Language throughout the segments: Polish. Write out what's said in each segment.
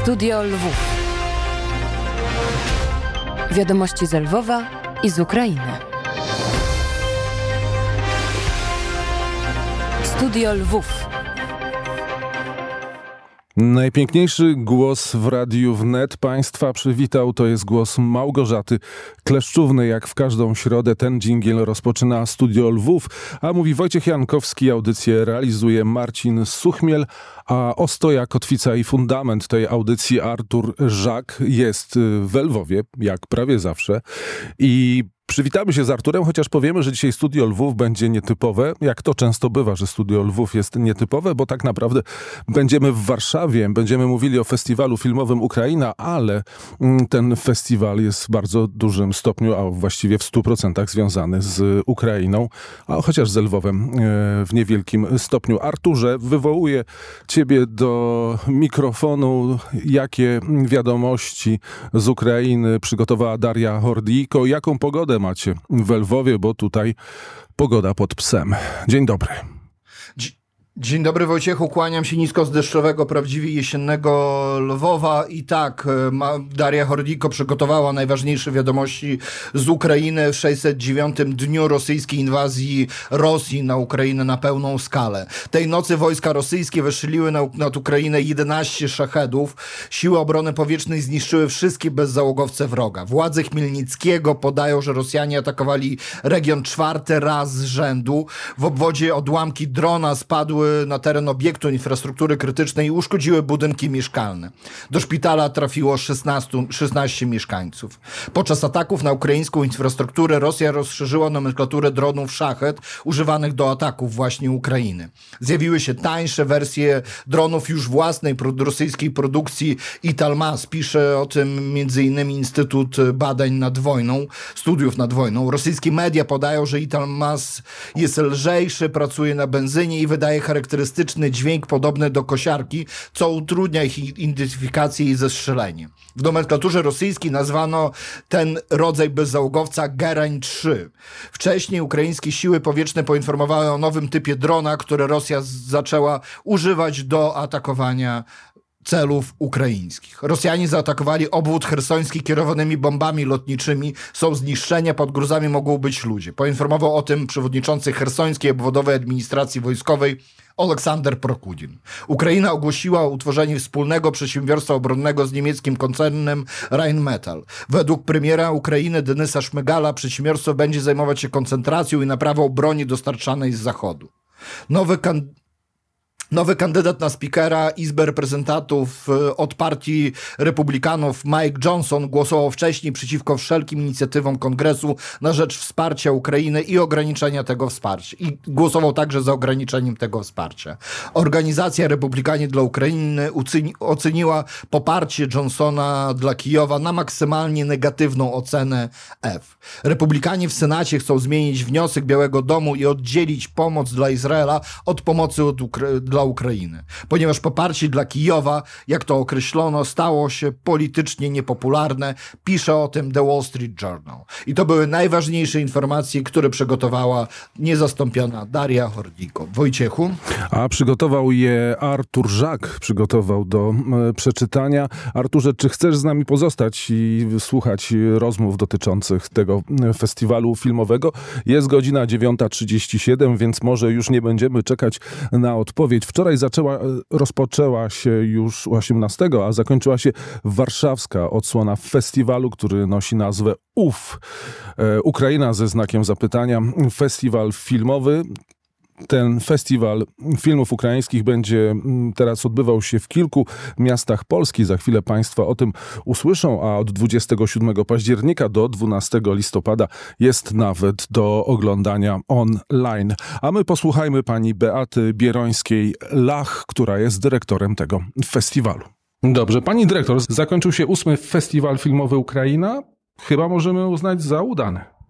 Studio Lwów. Wiadomości z Lwowa i z Ukrainy. Studio Lwów. Najpiękniejszy głos w Radiu Wnet Państwa przywitał. To jest głos Małgorzaty Kleszczówny. Jak w każdą środę ten dżingiel rozpoczyna Studio Lwów, a mówi Wojciech Jankowski. Audycję realizuje Marcin Suchmiel, a ostoja, kotwica i fundament tej audycji Artur Żak jest w Lwowie, jak prawie zawsze. I przywitamy się z Arturem, chociaż powiemy, że dzisiaj Studio Lwów będzie nietypowe. Jak to często bywa, że Studio Lwów jest nietypowe, bo tak naprawdę będziemy w Warszawie, będziemy mówili o festiwalu filmowym Ukraina, ale ten festiwal jest w bardzo dużym stopniu, a właściwie w 100% związany z Ukrainą, a chociaż z Lwowem w niewielkim stopniu. Arturze, wywołuję ciebie do mikrofonu. Jakie wiadomości z Ukrainy przygotowała Daria Hordijko? Jaką pogodę macie w Lwowie, bo tutaj pogoda pod psem. Dzień dobry. Dzień dobry, Wojciechu, kłaniam się nisko z deszczowego, prawdziwie jesiennego Lwowa i tak, Daria Hordijko przygotowała najważniejsze wiadomości z Ukrainy w 609. dniu rosyjskiej inwazji Rosji na Ukrainę na pełną skalę. Tej nocy wojska rosyjskie wystrzeliły nad Ukrainę 11 szachedów. Siły obrony powietrznej zniszczyły wszystkie bezzałogowce wroga. Władze Chmielnickiego podają, że Rosjanie atakowali region 4. raz z rzędu. W obwodzie odłamki drona spadły na teren obiektu infrastruktury krytycznej i uszkodziły budynki mieszkalne. Do szpitala trafiło 16 mieszkańców. Podczas ataków na ukraińską infrastrukturę Rosja rozszerzyła nomenklaturę dronów Szached używanych do ataków właśnie Ukrainy. Zjawiły się tańsze wersje dronów już własnej rosyjskiej produkcji Italmas. Pisze o tym m.in. Instytut Badań nad Wojną, Studiów nad Wojną. Rosyjskie media podają, że Italmas jest lżejszy, pracuje na benzynie i wydaje charakterystyczny dźwięk podobny do kosiarki, co utrudnia ich identyfikację i zestrzelenie. W nomenklaturze rosyjskiej nazwano ten rodzaj bezzałogowca Gerań-3. Wcześniej ukraińskie siły powietrzne poinformowały o nowym typie drona, które Rosja zaczęła używać do atakowania celów ukraińskich. Rosjanie zaatakowali obwód chersoński kierowanymi bombami lotniczymi. Są zniszczenia, pod gruzami mogą być ludzie. Poinformował o tym przewodniczący chersońskiej obwodowej administracji wojskowej Aleksander Prokudin. Ukraina ogłosiła utworzenie wspólnego przedsiębiorstwa obronnego z niemieckim koncernem Rheinmetall. Według premiera Ukrainy Denysa Szmygala przedsiębiorstwo będzie zajmować się koncentracją i naprawą broni dostarczanej z Zachodu. Nowy kandydat na spikera Izby Reprezentantów od partii Republikanów Mike Johnson głosował wcześniej przeciwko wszelkim inicjatywom Kongresu na rzecz wsparcia Ukrainy i ograniczenia tego wsparcia. I głosował także za ograniczeniem tego wsparcia. Organizacja Republikanie dla Ukrainy oceniła poparcie Johnsona dla Kijowa na maksymalnie negatywną ocenę F. Republikanie w Senacie chcą zmienić wniosek Białego Domu i oddzielić pomoc dla Izraela od pomocy dla Ukrainy, ponieważ poparcie dla Kijowa, jak to określono, stało się politycznie niepopularne. Pisze o tym The Wall Street Journal. I to były najważniejsze informacje, które przygotowała niezastąpiona Daria Hordijko. Wojciechu? A przygotował je Artur Żak, przygotował do przeczytania. Arturze, czy chcesz z nami pozostać i słuchać rozmów dotyczących tego festiwalu filmowego? Jest godzina 9:37, więc może już nie będziemy czekać na odpowiedź. Wczoraj rozpoczęła się już 18, a zakończyła się warszawska odsłona festiwalu, który nosi nazwę UF. Ukraina ze znakiem zapytania. Festiwal filmowy. Ten festiwal filmów ukraińskich będzie teraz odbywał się w kilku miastach Polski. Za chwilę Państwa o tym usłyszą, a od 27 października do 12 listopada jest nawet do oglądania online. A my posłuchajmy pani Beaty Bierońskiej-Lach, która jest dyrektorem tego festiwalu. Dobrze, pani dyrektor, zakończył się 8. Festiwal Filmowy Ukraina. Chyba możemy uznać za udany.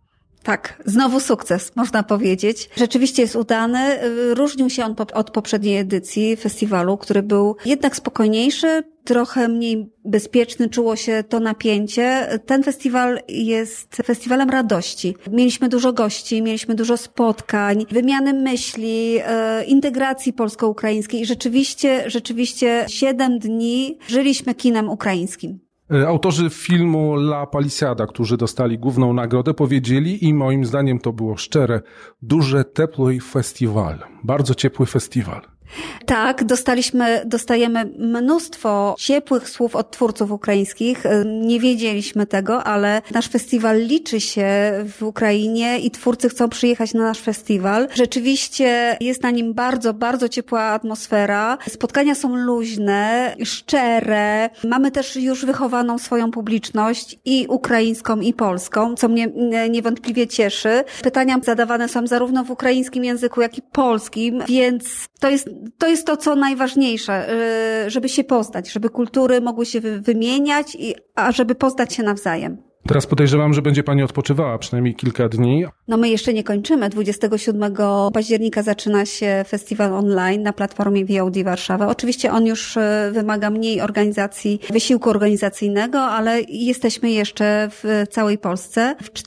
Tak, znowu sukces, można powiedzieć. Rzeczywiście jest udany. Różnił się on od poprzedniej edycji festiwalu, który był jednak spokojniejszy, trochę mniej bezpieczny, czuło się to napięcie. Ten festiwal jest festiwalem radości. Mieliśmy dużo gości, mieliśmy dużo spotkań, wymiany myśli, integracji polsko-ukraińskiej i rzeczywiście 7 dni żyliśmy kinem ukraińskim. Autorzy filmu La Palisjada, którzy dostali główną nagrodę, powiedzieli i moim zdaniem to było szczere, duże, ciepły festiwal, bardzo ciepły festiwal. Tak, dostajemy mnóstwo ciepłych słów od twórców ukraińskich. Nie wiedzieliśmy tego, ale nasz festiwal liczy się w Ukrainie i twórcy chcą przyjechać na nasz festiwal. Rzeczywiście jest na nim bardzo, bardzo ciepła atmosfera. Spotkania są luźne, szczere. Mamy też już wychowaną swoją publiczność i ukraińską, i polską, co mnie niewątpliwie cieszy. Pytania zadawane są zarówno w ukraińskim języku, jak i polskim, więc to jest to, co najważniejsze, żeby się poznać, żeby kultury mogły się wymieniać, a żeby poznać się nawzajem. Teraz podejrzewam, że będzie pani odpoczywała przynajmniej kilka dni. No my jeszcze nie kończymy. 27 października zaczyna się festiwal online na platformie VOD Warszawa. Oczywiście on już wymaga mniej wysiłku organizacyjnego, ale jesteśmy jeszcze w całej Polsce, w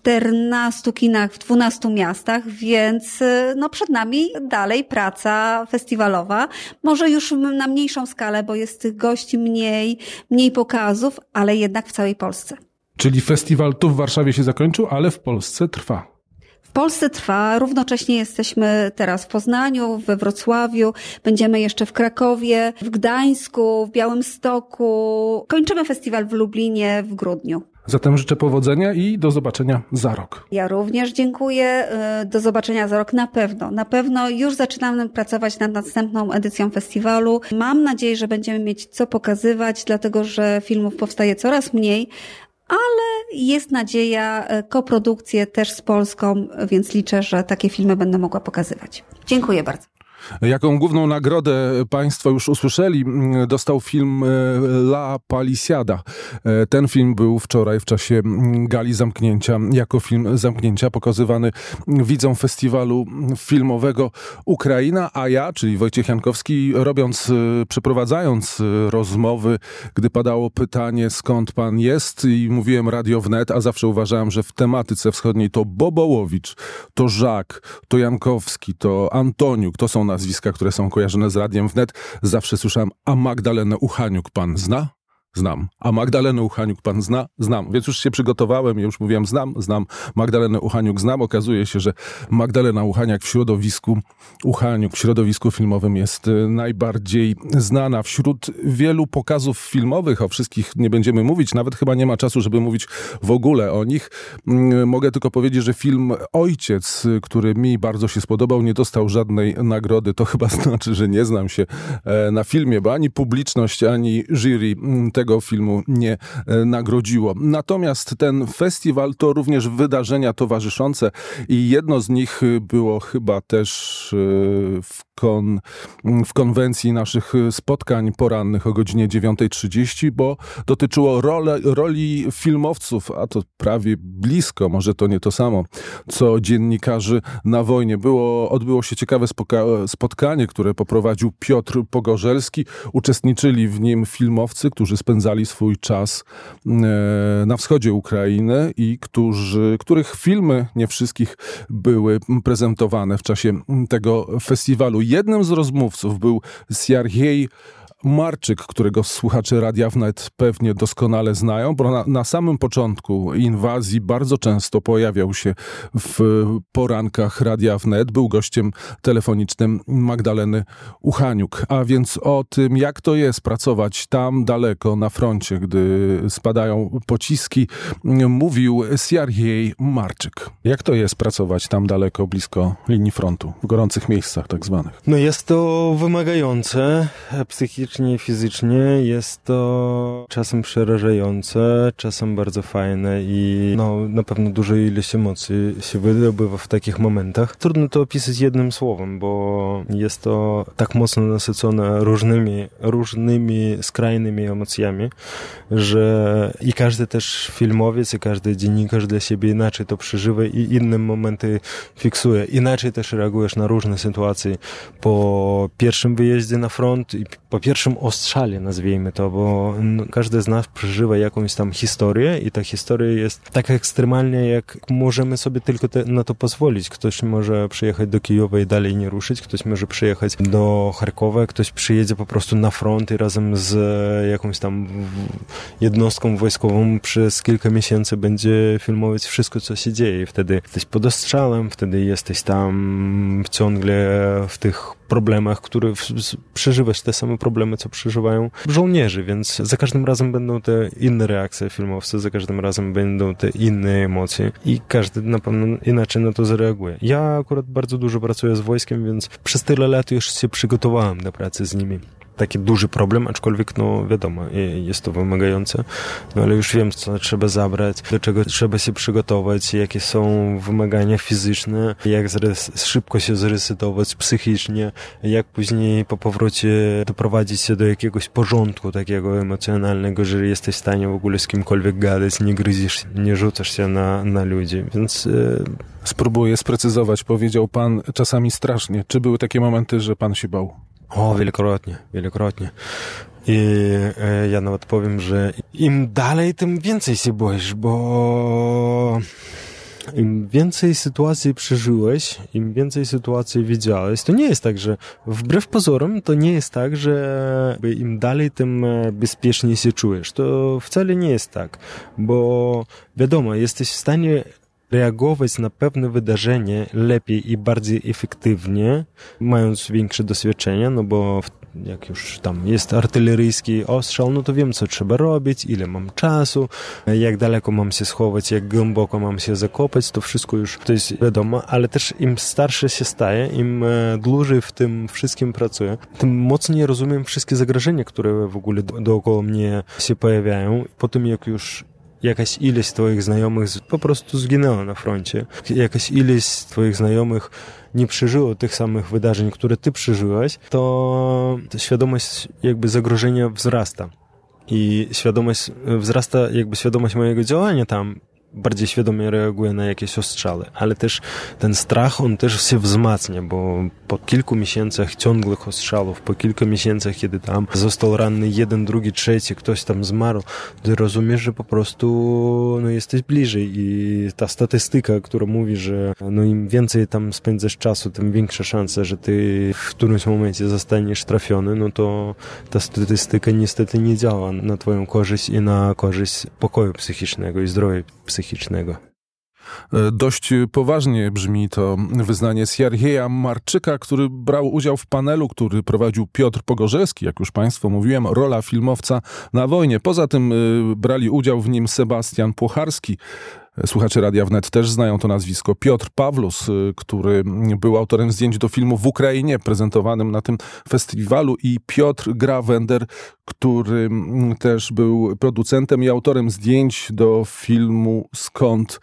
14 kinach, w 12 miastach, więc no przed nami dalej praca festiwalowa. Może już na mniejszą skalę, bo jest tych gości mniej pokazów, ale jednak w całej Polsce. Czyli festiwal tu w Warszawie się zakończył, ale w Polsce trwa. W Polsce trwa, równocześnie jesteśmy teraz w Poznaniu, we Wrocławiu, będziemy jeszcze w Krakowie, w Gdańsku, w Białymstoku. Kończymy festiwal w Lublinie w grudniu. Zatem życzę powodzenia i do zobaczenia za rok. Ja również dziękuję. Do zobaczenia za rok na pewno. Na pewno już zaczynamy pracować nad następną edycją festiwalu. Mam nadzieję, że będziemy mieć co pokazywać, dlatego że filmów powstaje coraz mniej, ale jest nadzieja, koprodukcje też z Polską, więc liczę, że takie filmy będę mogła pokazywać. Dziękuję bardzo. Jaką główną nagrodę państwo już usłyszeli, dostał film La Palisjada. Ten film był wczoraj w czasie gali zamknięcia, jako film zamknięcia pokazywany widzom festiwalu filmowego Ukraina, a ja, czyli Wojciech Jankowski, przeprowadzając rozmowy, gdy padało pytanie, skąd pan jest, i mówiłem Radio Wnet, a zawsze uważałem, że w tematyce wschodniej to Bobołowicz, to Żak, to Jankowski, to Antoniuk, to są nazwiska, które są kojarzone z Radiem Wnet. Zawsze słyszałem, a Magdalenę Uchaniuk pan zna? Znam. A Magdalenę Uchaniuk pan zna? Znam. Więc już się przygotowałem i już mówiłem, znam. Magdalenę Uchaniuk znam. Okazuje się, że Magdalena Uchaniak w środowisku filmowym jest najbardziej znana. Wśród wielu pokazów filmowych, o wszystkich nie będziemy mówić, nawet chyba nie ma czasu, żeby mówić w ogóle o nich. Mogę tylko powiedzieć, że film Ojciec, który mi bardzo się spodobał, nie dostał żadnej nagrody. To chyba znaczy, że nie znam się na filmie, bo ani publiczność, ani jury tego filmu nie nagrodziło. Natomiast ten festiwal to również wydarzenia towarzyszące i jedno z nich było chyba też w konwencji naszych spotkań porannych o godzinie 9:30, bo dotyczyło roli filmowców, a to prawie blisko, może to nie to samo, co dziennikarzy na wojnie. Odbyło się ciekawe spotkanie, które poprowadził Piotr Pogorzelski. Uczestniczyli w nim filmowcy, którzy spędzali swój czas na wschodzie Ukrainy i których filmy, nie wszystkich, były prezentowane w czasie tego festiwalu. Jednym z rozmówców był Siergiej Marczyk, którego słuchacze Radia Wnet pewnie doskonale znają, bo na samym początku inwazji bardzo często pojawiał się w porankach Radia Wnet. Był gościem telefonicznym Magdaleny Uchaniuk. A więc o tym, jak to jest pracować tam daleko na froncie, gdy spadają pociski, mówił Siergiej Marczyk. Jak to jest pracować tam daleko, blisko linii frontu, w gorących miejscach tak zwanych? No jest to wymagające psychicznie, psychicznie i fizycznie jest to czasem przerażające, czasem bardzo fajne i na pewno duża ilość emocji się wydobywa w takich momentach. Trudno to opisać jednym słowem, bo jest to tak mocno nasycone różnymi skrajnymi emocjami, że i każdy też filmowiec, i każdy dziennikarz dla siebie inaczej to przeżywa i inne momenty fiksuje. Inaczej też reagujesz na różne sytuacje po pierwszym wyjeździe na front i po pierwszym ostrzale, nazwijmy to, bo każdy z nas przeżywa jakąś tam historię i ta historia jest tak ekstremalna, jak możemy sobie tylko na to pozwolić. Ktoś może przyjechać do Kijowa i dalej nie ruszyć, ktoś może przyjechać do Charkowa, ktoś przyjedzie po prostu na front i razem z jakąś tam jednostką wojskową przez kilka miesięcy będzie filmować wszystko, co się dzieje. Wtedy jesteś pod ostrzałem, wtedy jesteś tam ciągle w tych problemach, które przeżywasz te same problemy, co przeżywają żołnierze, więc za każdym razem będą te inne reakcje filmowcy, za każdym razem będą te inne emocje i każdy na pewno inaczej na to zareaguje. Ja akurat bardzo dużo pracuję z wojskiem, więc przez tyle lat już się przygotowałem do pracy z nimi. Taki duży problem, aczkolwiek wiadomo, jest to wymagające, ale już wiem, co trzeba zabrać, do czego trzeba się przygotować, jakie są wymagania fizyczne, jak szybko się zresetować psychicznie, jak później po powrocie doprowadzić się do jakiegoś porządku takiego emocjonalnego, że jesteś w stanie w ogóle z kimkolwiek gadać, nie gryzisz, nie rzucasz się na ludzi, więc... Spróbuję sprecyzować, powiedział pan czasami strasznie. Czy były takie momenty, że pan się bał? O, wielokrotnie. I ja nawet powiem, że im dalej, tym więcej się boisz, bo im więcej sytuacji przeżyłeś, im więcej sytuacji widziałeś, to nie jest tak, że wbrew pozorom, to nie jest tak, że im dalej, tym bezpieczniej się czujesz. To wcale nie jest tak, bo wiadomo, jesteś w stanie reagować na pewne wydarzenie lepiej i bardziej efektywnie, mając większe doświadczenie, bo jak już tam jest artyleryjski ostrzał, to wiem, co trzeba robić, ile mam czasu, jak daleko mam się schować, jak głęboko mam się zakopać, to wszystko już to jest wiadomo, ale też im starszy się staje, im dłużej w tym wszystkim pracuję, tym mocniej rozumiem wszystkie zagrożenia, które w ogóle dookoła mnie się pojawiają. Po tym, jak już jakaś ilość twoich znajomych po prostu zginęła na froncie. Jakaś ilość twoich znajomych nie przeżyło tych samych wydarzeń, które ty przeżyłeś, to świadomość jakby zagrożenia wzrasta. I świadomość mojego działania tam bardziej świadomie reaguje na jakieś ostrzale, ale też ten strach, on też się wzmacnia, bo po kilku miesiącach ciągłych ostrzałów, po kilku miesiącach, kiedy tam został ranny jeden, drugi, trzeci, ktoś tam zmarł, ty rozumiesz, że po prostu jesteś bliżej i ta statystyka, która mówi, że im więcej tam spędzasz czasu, tym większa szansa, że ty w którymś momencie zostaniesz trafiony, to ta statystyka niestety nie działa na twoją korzyść i na korzyść pokoju psychicznego i zdrowia psychicznego. Dość poważnie brzmi to wyznanie Siarhieja Marczyka, który brał udział w panelu, który prowadził Piotr Pogorzewski, jak już państwu mówiłem, rola filmowca na wojnie. Poza tym brali udział w nim Sebastian Płocharski. Słuchacze Radia Wnet też znają to nazwisko. Piotr Pawlus, który był autorem zdjęć do filmu w Ukrainie, prezentowanym na tym festiwalu, i Piotr Grawender, który też był producentem i autorem zdjęć do filmu Skąd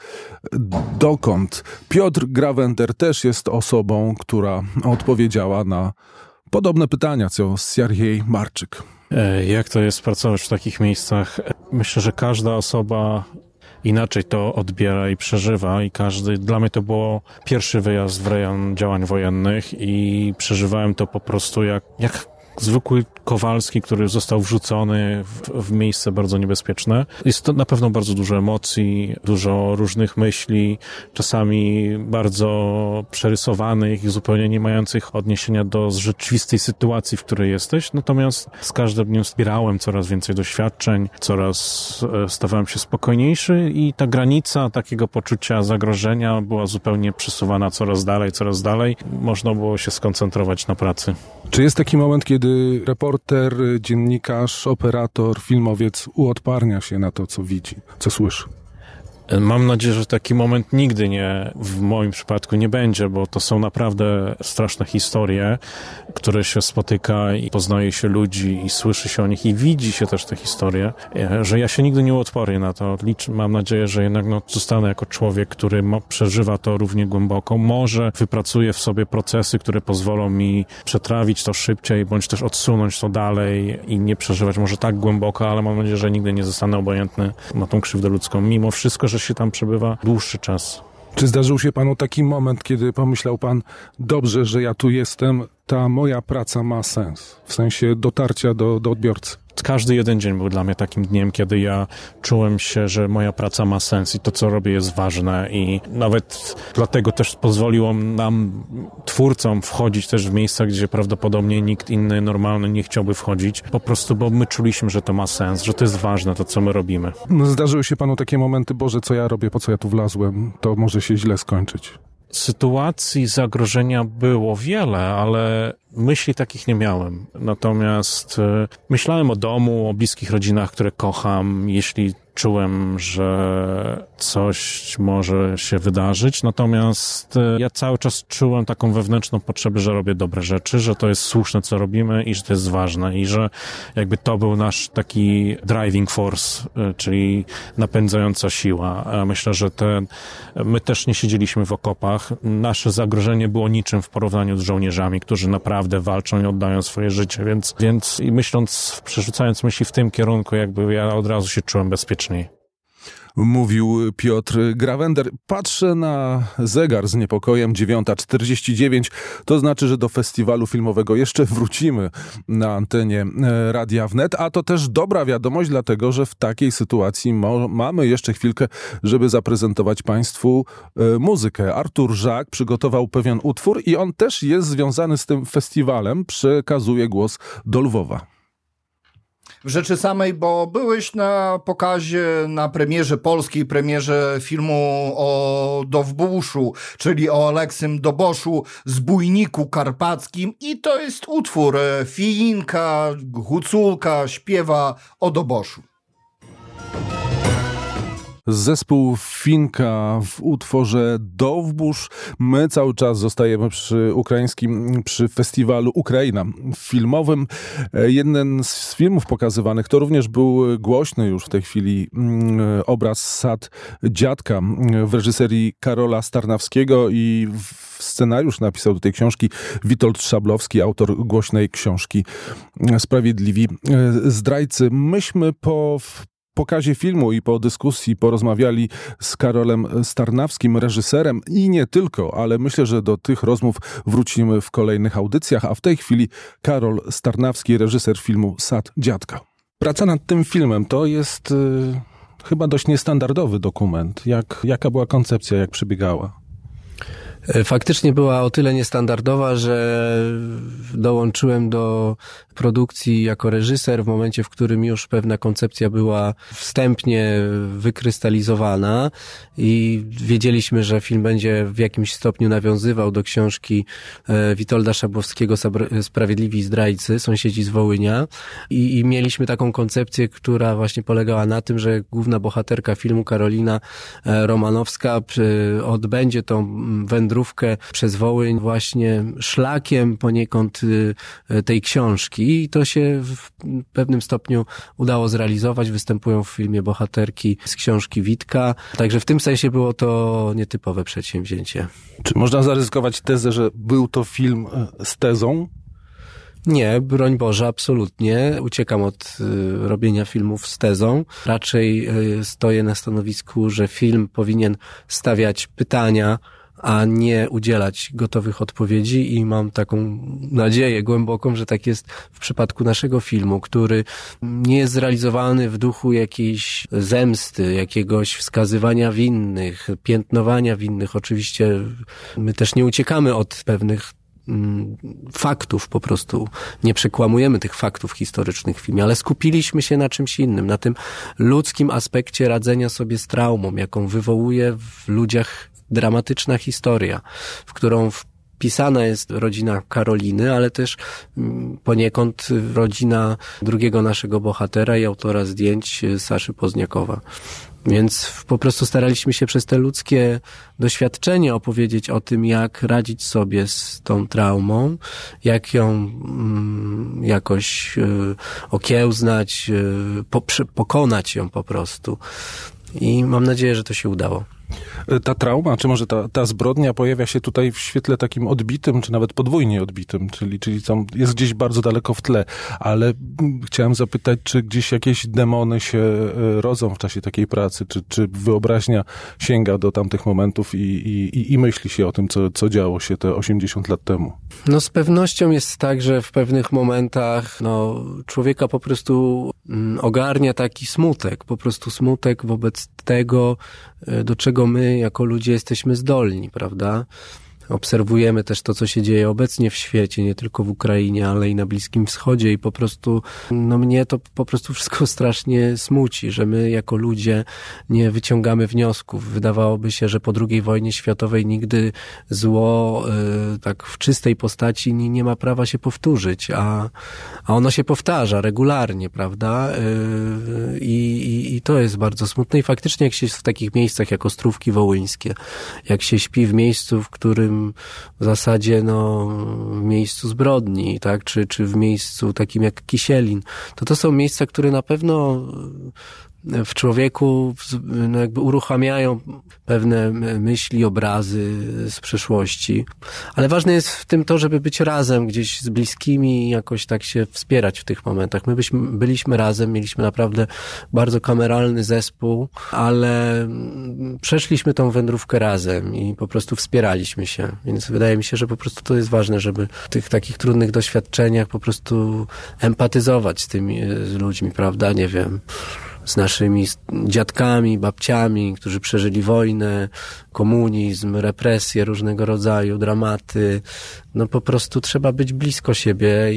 dokąd. Piotr Grawender też jest osobą, która odpowiedziała na podobne pytania, co Siarhiej Marczyk. Jak to jest pracować w takich miejscach? Myślę, że każda osoba inaczej to odbiera i przeżywa i dla mnie to było pierwszy wyjazd w rejon działań wojennych i przeżywałem to po prostu jak zwykły Kowalski, który został wrzucony w miejsce bardzo niebezpieczne. Jest to na pewno bardzo dużo emocji, dużo różnych myśli, czasami bardzo przerysowanych i zupełnie nie mających odniesienia do rzeczywistej sytuacji, w której jesteś. Natomiast z każdym dniem zbierałem coraz więcej doświadczeń, coraz stawałem się spokojniejszy i ta granica takiego poczucia zagrożenia była zupełnie przesuwana coraz dalej. Można było się skoncentrować na pracy. Czy jest taki moment, kiedy reporter, dziennikarz, operator, filmowiec uodparnia się na to, co widzi, co słyszy? Mam nadzieję, że taki moment nigdy w moim przypadku nie będzie, bo to są naprawdę straszne historie, które się spotyka i poznaje się ludzi i słyszy się o nich i widzi się też te historie, że ja się nigdy nie uodpornię na to. Mam nadzieję, że jednak zostanę jako człowiek, który przeżywa to równie głęboko. Może wypracuję w sobie procesy, które pozwolą mi przetrawić to szybciej, bądź też odsunąć to dalej i nie przeżywać może tak głęboko, ale mam nadzieję, że nigdy nie zostanę obojętny na tą krzywdę ludzką, mimo wszystko, że się tam przebywa dłuższy czas. Czy zdarzył się panu taki moment, kiedy pomyślał pan, dobrze, że ja tu jestem, ta moja praca ma sens, w sensie dotarcia do odbiorcy? Każdy jeden dzień był dla mnie takim dniem, kiedy ja czułem się, że moja praca ma sens i to, co robię, jest ważne i nawet dlatego też pozwoliło nam, twórcom, wchodzić też w miejsca, gdzie prawdopodobnie nikt inny, normalny nie chciałby wchodzić, po prostu, bo my czuliśmy, że to ma sens, że to jest ważne, to, co my robimy. Zdarzyły się panu takie momenty, Boże, co ja robię, po co ja tu wlazłem, to może się źle skończyć. Sytuacji zagrożenia było wiele, ale myśli takich nie miałem. Natomiast myślałem o domu, o bliskich rodzinach, które kocham, jeśli czułem, że coś może się wydarzyć. Natomiast ja cały czas czułem taką wewnętrzną potrzebę, że robię dobre rzeczy, że to jest słuszne, co robimy i że to jest ważne i że jakby to był nasz taki driving force, czyli napędzająca siła. Myślę, że my też nie siedzieliśmy w okopach. Nasze zagrożenie było niczym w porównaniu z żołnierzami, którzy naprawdę walczą i oddają swoje życie, więc myśląc, przerzucając myśli w tym kierunku, jakby ja od razu się czułem bezpieczniej. Mówił Piotr Grawender. Patrzę na zegar z niepokojem, 9:49. To znaczy, że do festiwalu filmowego jeszcze wrócimy na antenie Radia Wnet, a to też dobra wiadomość, dlatego że w takiej sytuacji mamy jeszcze chwilkę, żeby zaprezentować Państwu muzykę. Artur Żak przygotował pewien utwór i on też jest związany z tym festiwalem. Przekazuję głos do Lwowa. W rzeczy samej, bo byłeś na pokazie, na premierze polskiej, premierze filmu o Dowbuszu, czyli o Aleksym Doboszu, Zbójniku Karpackim i to jest utwór. Fiinka, Huculka śpiewa o Doboszu. Zespół Finka w utworze Dowbusz. My cały czas zostajemy przy festiwalu Ukraina filmowym. Jeden z filmów pokazywanych to również był głośny już w tej chwili obraz Sad Dziadka w reżyserii Karola Starnawskiego i scenariusz napisał do tej książki Witold Szablowski, autor głośnej książki Sprawiedliwi zdrajcy. Myśmy po pokazie filmu i po dyskusji porozmawiali z Karolem Starnawskim, reżyserem i nie tylko, ale myślę, że do tych rozmów wrócimy w kolejnych audycjach, a w tej chwili Karol Starnawski, reżyser filmu Sad Dziadka. Praca nad tym filmem to jest chyba dość niestandardowy dokument. Jaka była koncepcja, jak przebiegała? Faktycznie była o tyle niestandardowa, że dołączyłem do produkcji jako reżyser w momencie, w którym już pewna koncepcja była wstępnie wykrystalizowana i wiedzieliśmy, że film będzie w jakimś stopniu nawiązywał do książki Witolda Szablowskiego Sprawiedliwi zdrajcy, sąsiedzi z Wołynia i mieliśmy taką koncepcję, która właśnie polegała na tym, że główna bohaterka filmu Karolina Romanowska odbędzie tą wędrówkę przez Wołyń właśnie szlakiem poniekąd tej książki i to się w pewnym stopniu udało zrealizować. Występują w filmie bohaterki z książki Witka, także w tym sensie było to nietypowe przedsięwzięcie. Czy można zaryzykować tezę, że był to film z tezą? Nie, broń Boże, absolutnie. Uciekam od robienia filmów z tezą. Raczej stoję na stanowisku, że film powinien stawiać pytania, a nie udzielać gotowych odpowiedzi i mam taką nadzieję głęboką, że tak jest w przypadku naszego filmu, który nie jest zrealizowany w duchu jakiejś zemsty, jakiegoś wskazywania winnych, piętnowania winnych. Oczywiście my też nie uciekamy od pewnych faktów, po prostu nie przekłamujemy tych faktów historycznych w filmie, ale skupiliśmy się na czymś innym, na tym ludzkim aspekcie radzenia sobie z traumą, jaką wywołuje w ludziach dramatyczna historia, w którą pisana jest rodzina Karoliny, ale też poniekąd rodzina drugiego naszego bohatera i autora zdjęć Saszy Pozniakowa. Więc po prostu staraliśmy się przez te ludzkie doświadczenie opowiedzieć o tym, jak radzić sobie z tą traumą, jak ją jakoś okiełznać, pokonać ją po prostu. I mam nadzieję, że to się udało. Ta trauma, czy może ta zbrodnia pojawia się tutaj w świetle takim odbitym, czy nawet podwójnie odbitym, czyli tam jest gdzieś bardzo daleko w tle, ale chciałem zapytać, czy gdzieś jakieś demony się rodzą w czasie takiej pracy, czy wyobraźnia sięga do tamtych momentów i myśli się o tym, co działo się te 80 lat temu? No z pewnością jest tak, że w pewnych momentach człowieka po prostu ogarnia taki smutek, po prostu smutek wobec tego, do czego my jako ludzie jesteśmy zdolni, prawda? Obserwujemy też to, co się dzieje obecnie w świecie, nie tylko w Ukrainie, ale i na Bliskim Wschodzie i po prostu, mnie to po prostu wszystko strasznie smuci, że my jako ludzie nie wyciągamy wniosków. Wydawałoby się, że po II wojnie światowej nigdy zło tak w czystej postaci nie ma prawa się powtórzyć, a ono się powtarza regularnie, prawda? I to jest bardzo smutne i faktycznie jak się jest w takich miejscach jak Ostrówki Wołyńskie, jak się śpi w miejscu, w którym w zasadzie w miejscu zbrodni, tak, czy w miejscu takim jak Kisielin, to są miejsca, które na pewno w człowieku jakby uruchamiają pewne myśli, obrazy z przeszłości. Ale ważne jest w tym to, żeby być razem gdzieś z bliskimi i jakoś tak się wspierać w tych momentach. My byliśmy razem, mieliśmy naprawdę bardzo kameralny zespół, ale przeszliśmy tą wędrówkę razem i po prostu wspieraliśmy się. Więc wydaje mi się, że po prostu to jest ważne, żeby w tych takich trudnych doświadczeniach po prostu empatyzować z tymi ludźmi, prawda? Nie wiem, z naszymi dziadkami, babciami, którzy przeżyli wojnę, komunizm, represje różnego rodzaju, dramaty. Po prostu trzeba być blisko siebie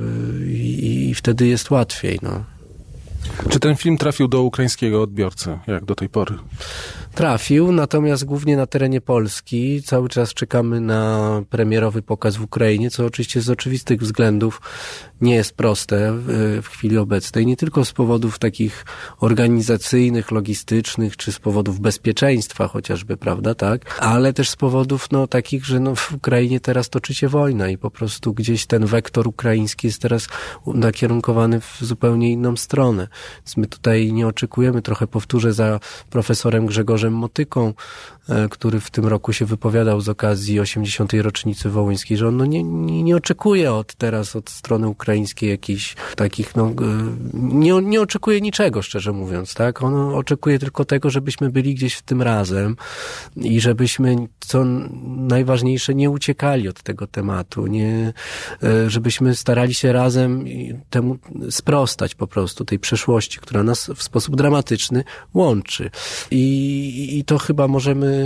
i wtedy jest łatwiej, Czy ten film trafił do ukraińskiego odbiorcy, jak do tej pory? Trafił, natomiast głównie na terenie Polski. Cały czas czekamy na premierowy pokaz w Ukrainie, co oczywiście z oczywistych względów nie jest proste w chwili obecnej. Nie tylko z powodów takich organizacyjnych, logistycznych, czy z powodów bezpieczeństwa chociażby, prawda, tak? Ale też z powodów takich, że w Ukrainie teraz toczy się wojna i po prostu gdzieś ten wektor ukraiński jest teraz nakierunkowany w zupełnie inną stronę. Więc my tutaj nie oczekujemy, trochę powtórzę za profesorem Grzegorzem Motyką, który w tym roku się wypowiadał z okazji 80. rocznicy wołyńskiej, że on nie oczekuje od strony ukraińskiej jakichś takich, nie oczekuje niczego, szczerze mówiąc, tak? On oczekuje tylko tego, żebyśmy byli gdzieś w tym razem i żebyśmy, co najważniejsze, nie uciekali od tego tematu, żebyśmy starali się razem temu sprostać po prostu, tej przeszłości, która nas w sposób dramatyczny łączy. I to chyba możemy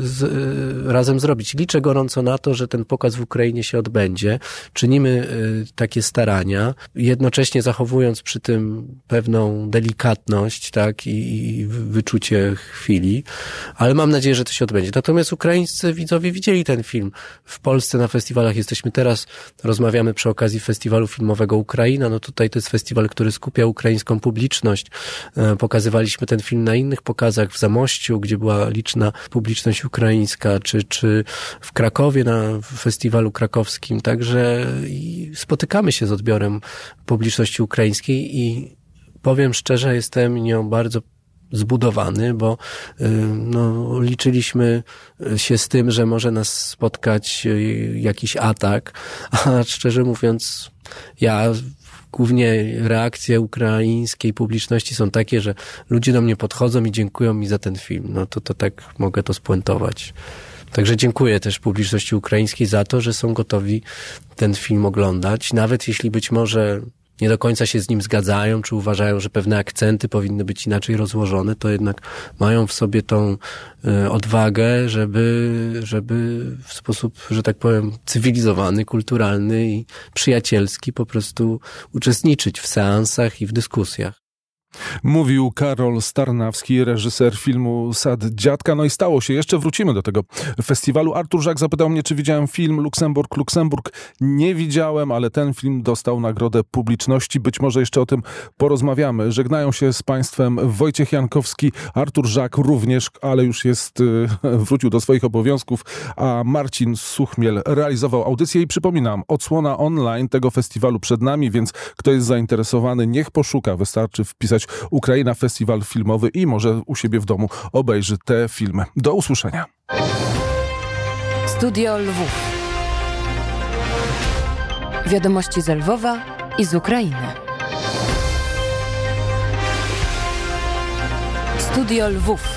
razem zrobić. Liczę gorąco na to, że ten pokaz w Ukrainie się odbędzie. Czynimy takie starania, jednocześnie zachowując przy tym pewną delikatność, tak, i wyczucie chwili, ale mam nadzieję, że to się odbędzie. Natomiast ukraińscy widzowie widzieli ten film. W Polsce na festiwalach jesteśmy teraz, rozmawiamy przy okazji festiwalu filmowego Ukraina. Tutaj to jest festiwal, który skupia ukraińską publiczność. Pokazywaliśmy ten film na innych pokazach w Zamościu, gdzie była liczna publiczność ukraińska, czy w Krakowie na festiwalu krakowskim. Także spotykamy się z odbiorem publiczności ukraińskiej i powiem szczerze, jestem nią bardzo zbudowany, bo liczyliśmy się z tym, że może nas spotkać jakiś atak, a szczerze mówiąc, głównie reakcje ukraińskiej publiczności są takie, że ludzie do mnie podchodzą i dziękują mi za ten film. To tak mogę to spuentować. Także dziękuję też publiczności ukraińskiej za to, że są gotowi ten film oglądać, nawet jeśli być może nie do końca się z nim zgadzają, czy uważają, że pewne akcenty powinny być inaczej rozłożone, to jednak mają w sobie tą odwagę, żeby w sposób, że tak powiem, cywilizowany, kulturalny i przyjacielski po prostu uczestniczyć w seansach i w dyskusjach. Mówił Karol Starnawski, reżyser filmu Sad Dziadka. No i stało się, jeszcze wrócimy do tego festiwalu. Artur Żak zapytał mnie, czy widziałem film Luksemburg. Nie widziałem, ale ten film dostał nagrodę publiczności. Być może jeszcze o tym porozmawiamy. Żegnają się z Państwem Wojciech Jankowski, Artur Żak również, ale już wrócił do swoich obowiązków, a Marcin Suchmiel realizował audycję i przypominam, odsłona online tego festiwalu przed nami, więc kto jest zainteresowany, niech poszuka. Wystarczy wpisać Ukraina Festiwal Filmowy i może u siebie w domu obejrzy te filmy. Do usłyszenia. Studio Lwów. Wiadomości z Lwowa i z Ukrainy. Studio Lwów.